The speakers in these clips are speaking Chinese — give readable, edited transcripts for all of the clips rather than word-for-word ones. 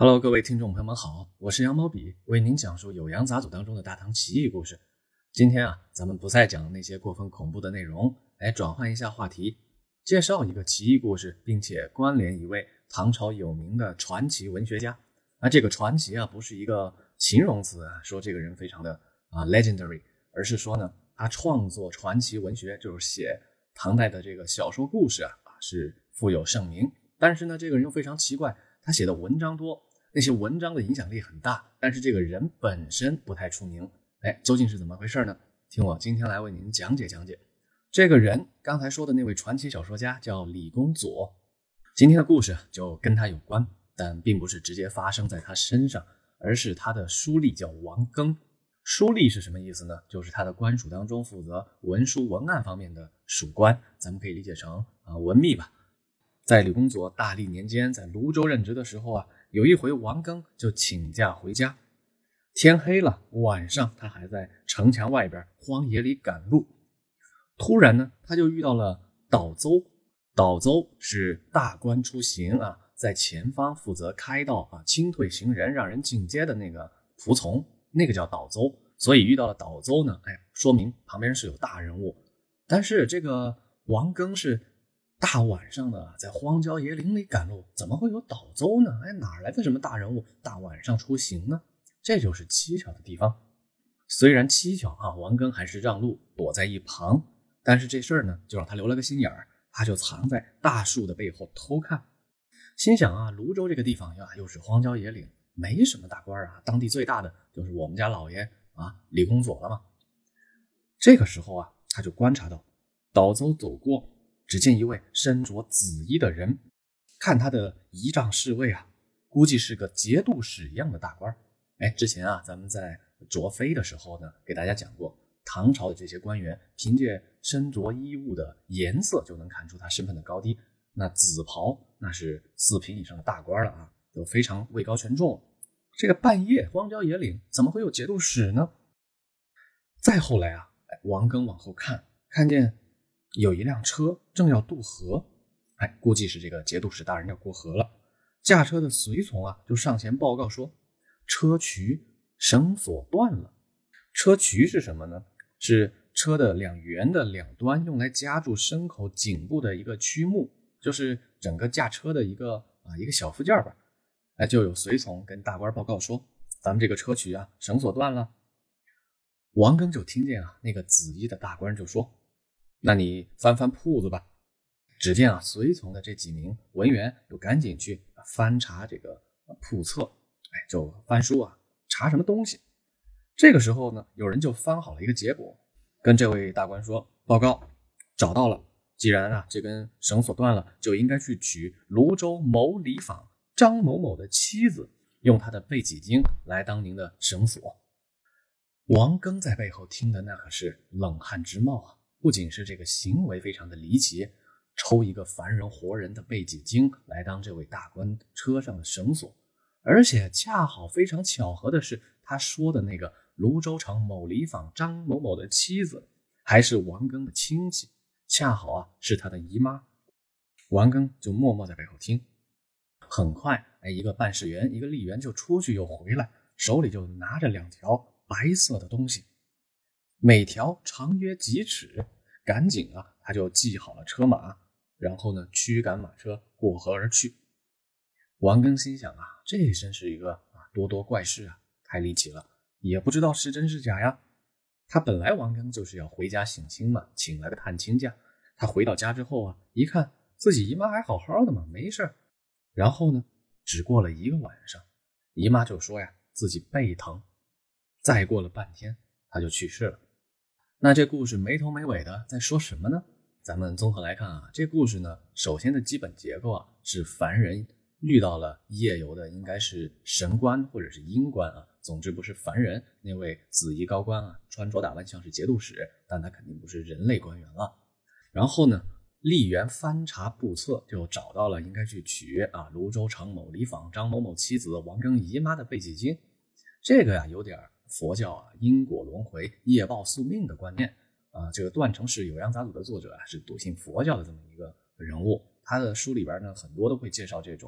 Hello，各位听众朋友们好，我是羊毛笔，为您讲述《酉阳杂俎》当中的大唐奇异故事。今天咱们不再讲那些过分恐怖的内容，来转换一下话题，介绍一个奇异故事，并且关联一位唐朝有名的传奇文学家。这个传奇不是一个形容词说这个人非常的legendary，而是说呢，他创作传奇文学，就是写唐代的这个小说故事是富有盛名。但是呢，这个人又非常奇怪，他写的文章多，那些文章的影响力很大，但是这个人本身不太出名。究竟是怎么回事呢？听我今天来为您讲解讲解。这个人刚才说的那位传奇小说家叫李公佐，今天的故事就跟他有关，但并不是直接发生在他身上，而是他的书吏叫王庚。书吏是什么意思呢？就是他的官署当中负责文书文案方面的属官，咱们可以理解成文秘吧。在李公佐大历年间，在泸州任职的时候有一回王庚就请假回家，天黑了，晚上他还在城墙外边荒野里赶路。突然呢，他就遇到了导邹。导邹是大官出行在前方负责开道清退行人，让人进阶的那个仆从，那个叫导邹。所以遇到了导邹呢，说明旁边是有大人物。但是这个王庚是大晚上的在荒郊野岭里赶路，怎么会有导邹呢？哪来的什么大人物大晚上出行呢？这就是蹊跷的地方。虽然蹊跷王庚还是让路，躲在一旁，但是这事儿呢，就让他留了个心眼儿，他就藏在大树的背后偷看，心想泸州这个地方又是荒郊野岭，没什么大官当地最大的就是我们家老爷李公佐了嘛。这个时候他就观察到导邹走过，只见一位身着紫衣的人，看他的仪仗侍卫估计是个节度使一样的大官。之前咱们在卓非的时候呢，给大家讲过，唐朝的这些官员凭借身着衣物的颜色就能看出他身份的高低。那紫袍那是4品以上的大官了都非常位高权重。这个半夜荒郊野岭怎么会有节度使呢？再后来王庚往后看见有一辆车正要渡河，估计是这个节度使大人要过河了。驾车的随从就上前报告说，车渠绳索断了。车渠是什么呢？是车的2圆的2端用来夹住牲口颈部的一个曲目，就是整个驾车的一个小附件吧。就有随从跟大官报告说，咱们这个车渠绳索断了。王庚就听见那个紫衣的大官就说，那你翻翻铺子吧。只见随从的这几名文员就赶紧去翻查这个铺册，就翻书查什么东西。这个时候呢，有人就翻好了一个结果，跟这位大官说，报告找到了，既然这根绳索断了，就应该去取泸州某里坊张某某的妻子，用他的背脊经来当您的绳索。王庚在背后听的那可是冷汗直冒不仅是这个行为非常的离奇，抽一个凡人活人的背脊经来当这位大官车上的绳索，而且恰好非常巧合的是，他说的那个泸州城某里坊张某某的妻子还是王庚的亲戚，恰好是他的姨妈。王庚就默默在背后听。很快一个办事员一个吏员就出去又回来，手里就拿着2条白色的东西，每条长约几尺，赶紧他就系好了车马，然后呢驱赶马车过河而去。王庚心想这真是一个多多怪事太离奇了，也不知道是真是假呀。他本来王庚就是要回家省亲嘛，请来个探亲假。他回到家之后一看自己姨妈还好好的嘛，没事。然后呢，只过了1个晚上，姨妈就说自己背疼。再过了半天，他就去世了。那这故事没头没尾的在说什么呢？咱们综合来看这故事呢，首先的基本结构是凡人遇到了夜游的应该是神官或者是阴官总之不是凡人。那位紫衣高官穿着打扮像是节度使，但他肯定不是人类官员了。然后呢，吏员翻查簿册，就找到了应该去取泸州城某里坊张某某妻子王庚姨妈的背脊经。这个有点佛教因果轮回业报宿命的观念这个段成式《酉阳杂俎》的作者是笃信佛教的这么一个人物，他的书里边呢很多都会介绍这种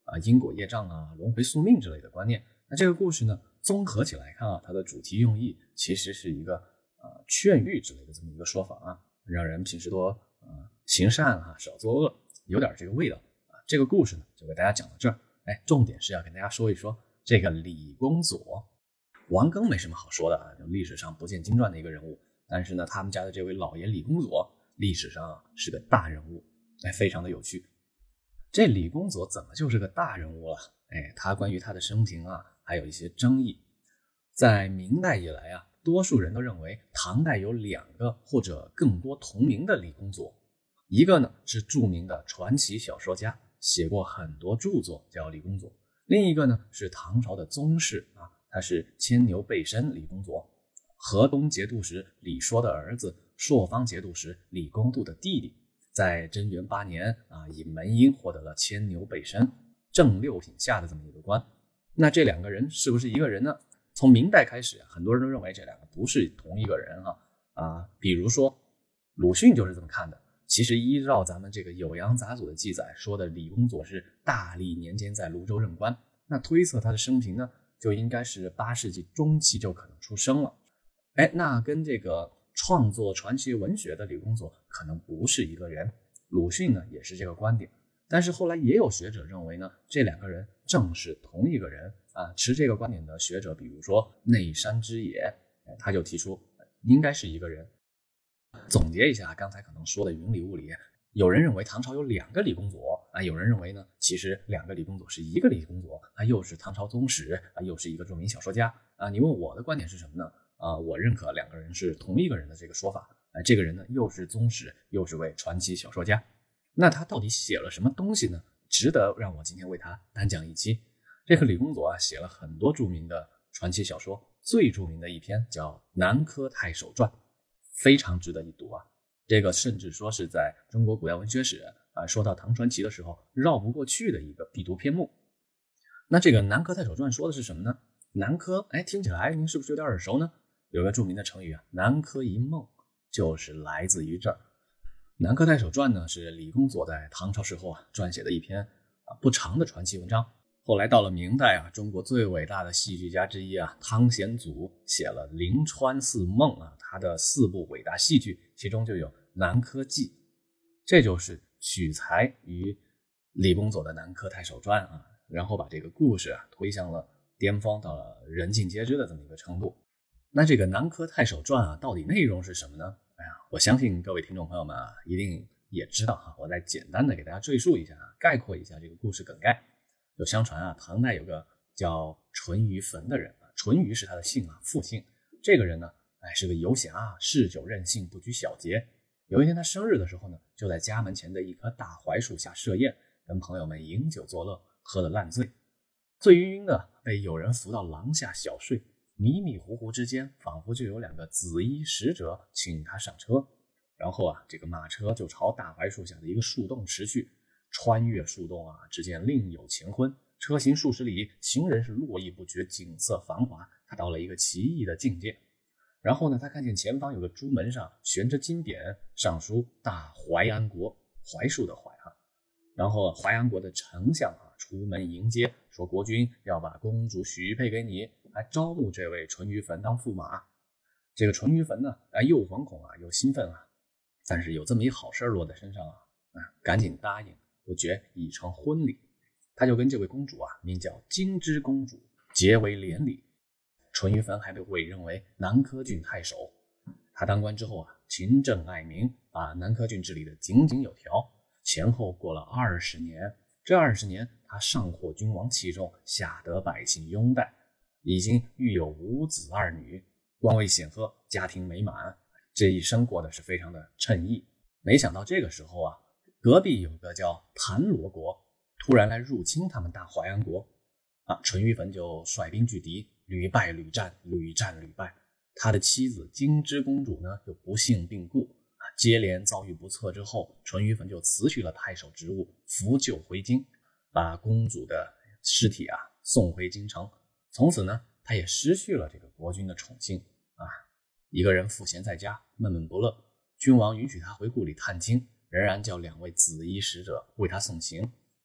因果业障啊、轮回宿命之类的观念。那这个故事呢，综合起来看啊，它的主题用意其实是一个劝喻之类的这么一个说法啊，让人平时多行善啊，少作恶，有点这个味道啊。这个故事呢，就给大家讲到这儿。重点是要跟大家说一说这个李公佐。王庚没什么好说的啊，就历史上不见经传的一个人物。但是呢，他们家的这位老爷李公佐，历史上是个大人物，非常的有趣。这李公佐怎么就是个大人物了？他关于他的生平啊，还有一些争议。在明代以来啊，多数人都认为唐代有2个或者更多同名的李公佐。一个呢是著名的传奇小说家，写过很多著作，叫李公佐。另一个呢是唐朝的宗室啊，他是牵牛背参李公佐，河东节度使李说的儿子，朔方节度使李公度的弟弟。在贞元8年啊，以门荫获得了牵牛背参正6品下的这么一个官。那这2个人是不是一个人呢？从明代开始，很多人都认为这2个不是同一个人比如说鲁迅就是这么看的。其实依照咱们这个《酉阳杂俎》的记载，说的李公佐是大历年间在泸州任官，那推测他的生平呢，就应该是8世纪中期就可能出生了。那跟这个创作传奇文学的李公佐可能不是一个人。鲁迅呢也是这个观点，但是后来也有学者认为呢，这2个人正是同一个人啊。持这个观点的学者，比如说内山之野，他就提出应该是一个人。总结一下刚才可能说的云里雾里，有人认为唐朝有2个李公佐啊，有人认为呢，其实2个李公佐是一个李公佐啊，又是唐朝宗室啊，又是一个著名小说家啊。你问我的观点是什么呢？我认可2个人是同一个人的这个说法。这个人呢，又是宗室，又是位传奇小说家。那他到底写了什么东西呢？值得让我今天为他单讲一期。这个李公佐啊，写了很多著名的传奇小说，最著名的一篇叫《南柯太守传》，非常值得一读啊。这个甚至说是在中国古代文学史说到唐传奇的时候绕不过去的一个必读篇目。那这个《南柯太守传》说的是什么呢？南柯，听起来您是不是有点耳熟呢？有个著名的成语啊，南柯一梦，就是来自于这儿。南柯太守传呢，是李公佐在唐朝时候撰写的一篇不长的传奇文章。后来到了明代中国最伟大的戏剧家之一汤显祖写了《临川四梦》他的4部伟大戏剧，其中就有《南柯记》，这就是取材于李公佐的《南柯太守传》然后把这个故事推向了巅峰，到了人尽皆知的这么一个程度。那这个《南柯太守传》到底内容是什么呢？我相信各位听众朋友们一定也知道我再简单的给大家赘述一下概括一下这个故事梗概。就相传唐代有个叫淳于棼的人淳于是他的姓父姓。这个人呢，是个游侠，嗜酒任性，不拘小节。有一天他生日的时候呢，就在家门前的一棵大槐树下设宴，跟朋友们饮酒作乐，喝得烂醉。醉晕晕的被有人扶到廊下小睡，迷迷糊糊之间，仿佛就有2个紫衣使者请他上车。然后这个马车就朝大槐树下的一个树洞驰去。穿越树洞只见另有乾坤，车行数十里，行人是络绎不绝，景色繁华。他到了一个奇异的境界。然后呢，他看见前方有个朱门上悬着金匾，上书大淮安国，槐树的槐然后淮安国的丞相出门迎接，说国君要把公主许配给你，来招募这位淳于棼当驸马。这个淳于棼呢，又惶恐又兴奋但是有这么一好事落在身上赶紧答应，不觉已成婚礼。他就跟这位公主名叫金枝公主结为连理。淳于棼还被委任为南柯郡太守。他当官之后勤政爱民，把南柯郡治理得井井有条。前后过了20年，这20年他上获君王器重，下得百姓拥戴，已经育有5子2女，官位显赫，家庭美满，这一生过得是非常的称意。没想到这个时候隔壁有个叫谭罗国突然来入侵他们大淮安国淳于棼就率兵拒敌，屡败屡战，屡战屡败。他的妻子金枝公主呢又不幸病故接连遭遇不测之后，淳于棼就辞去了太守职务，扶柩回京，把公主的尸体送回京城。从此呢，他也失去了这个国君的宠幸一个人赋闲在家，闷闷不乐。君王允许他回故里探亲，仍然叫2位紫衣使者为他送行。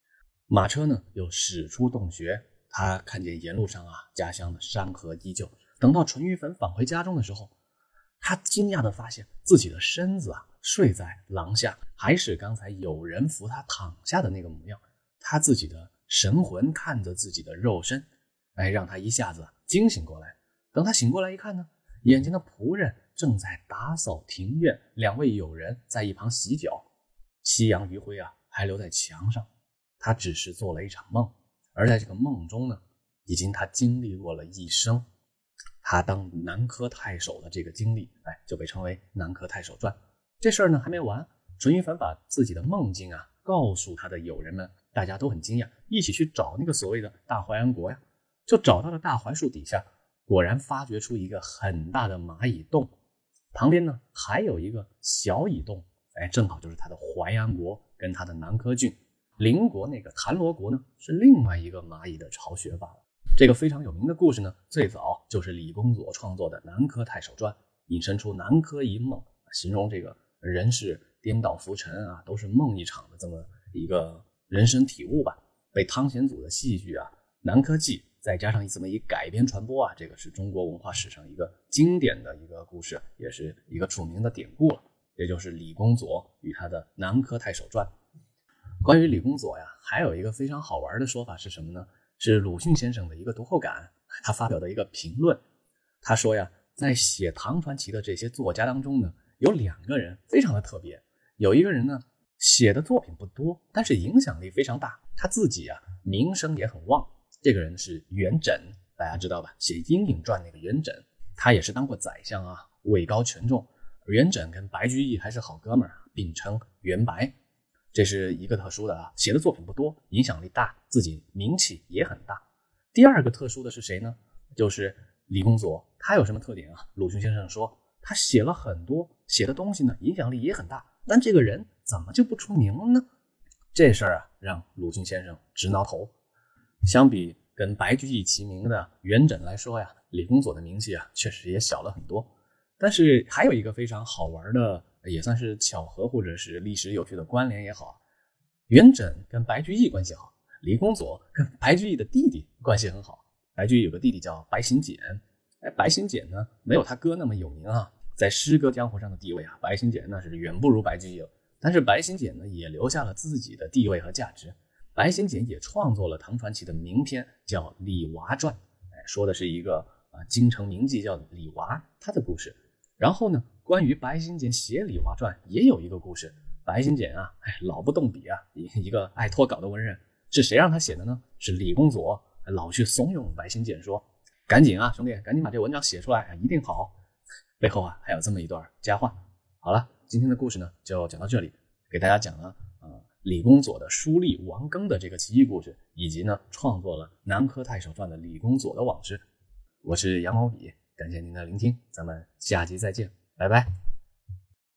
马车呢又驶出洞穴，他看见沿路上家乡的山河依旧。等到淳于棼返回家中的时候，他惊讶地发现自己的身子睡在廊下，还是刚才有人扶他躺下的那个模样。他自己的神魂看着自己的肉身，让他一下子惊醒过来。等他醒过来一看呢，眼前的仆人正在打扫庭院，2位友人在一旁洗脚，夕阳余晖还留在墙上。他只是做了一场梦，而在这个梦中呢，已经他经历过了一生。他当南柯太守的这个经历，就被称为南柯太守传。这事儿呢还没完，淳于棼把自己的梦境告诉他的友人们，大家都很惊讶，一起去找那个所谓的大淮安国呀，就找到了大槐树底下，果然发掘出一个很大的蚂蚁洞，旁边呢还有一个小蚁洞，正好就是他的淮安国跟他的南柯郡。邻国那个谭罗国呢，是另外一个蚂蚁的巢穴罢了。这个非常有名的故事呢，最早就是李公佐创作的《南柯太守传》，引申出南柯一梦，形容这个人世颠倒浮沉都是梦一场的这么一个人生体悟吧。被汤显祖的戏剧《南柯记》再加上这么一改编传播这个是中国文化史上一个经典的一个故事，也是一个著名的典故了。也就是李公佐与他的《南柯太守传》。关于李公佐还有一个非常好玩的说法是什么呢？是鲁迅先生的一个读后感，他发表的一个评论。他说在写唐传奇的这些作家当中呢，有2个人非常的特别。有一个人呢，写的作品不多，但是影响力非常大，他自己名声也很旺。这个人是元稹，大家知道吧？写《莺莺传》那个元稹，他也是当过宰相位高权重。元稹跟白居易还是好哥们儿，并称元白。这是一个特殊的写的作品不多，影响力大，自己名气也很大。第2个特殊的是谁呢？就是李公佐。他有什么特点鲁迅先生说他写了很多，写的东西呢影响力也很大，但这个人怎么就不出名了呢？这事儿让鲁迅先生直挠头。相比跟白居易齐名的元稹来说李公佐的名气确实也小了很多。但是还有一个非常好玩的，也算是巧合或者是历史有趣的关联也好，元稹跟白居易关系好，李公佐跟白居易的弟弟关系很好。白居易有个弟弟叫白行简，白行简呢没有他哥那么有名在诗歌江湖上的地位白行简那是远不如白居易了。但是白行简呢也留下了自己的地位和价值。白行简也创作了唐传奇的名篇，叫《李娃传》，说的是一个京城名妓叫李娃她的故事。然后呢，关于白行简写《李娃传》也有一个故事。白行简老不动笔一个爱脱稿的文人。是谁让他写的呢？是李公佐老去怂恿白行简说，赶紧兄弟，赶紧把这文章写出来，一定好。背后还有这么一段佳话。好了，今天的故事呢就讲到这里，给大家讲了李公佐的书吏王庚的这个奇异故事，以及呢创作了《南柯太守传》的李公佐的往事。我是羊毛笔，感谢您的聆听，咱们下集再见，拜拜。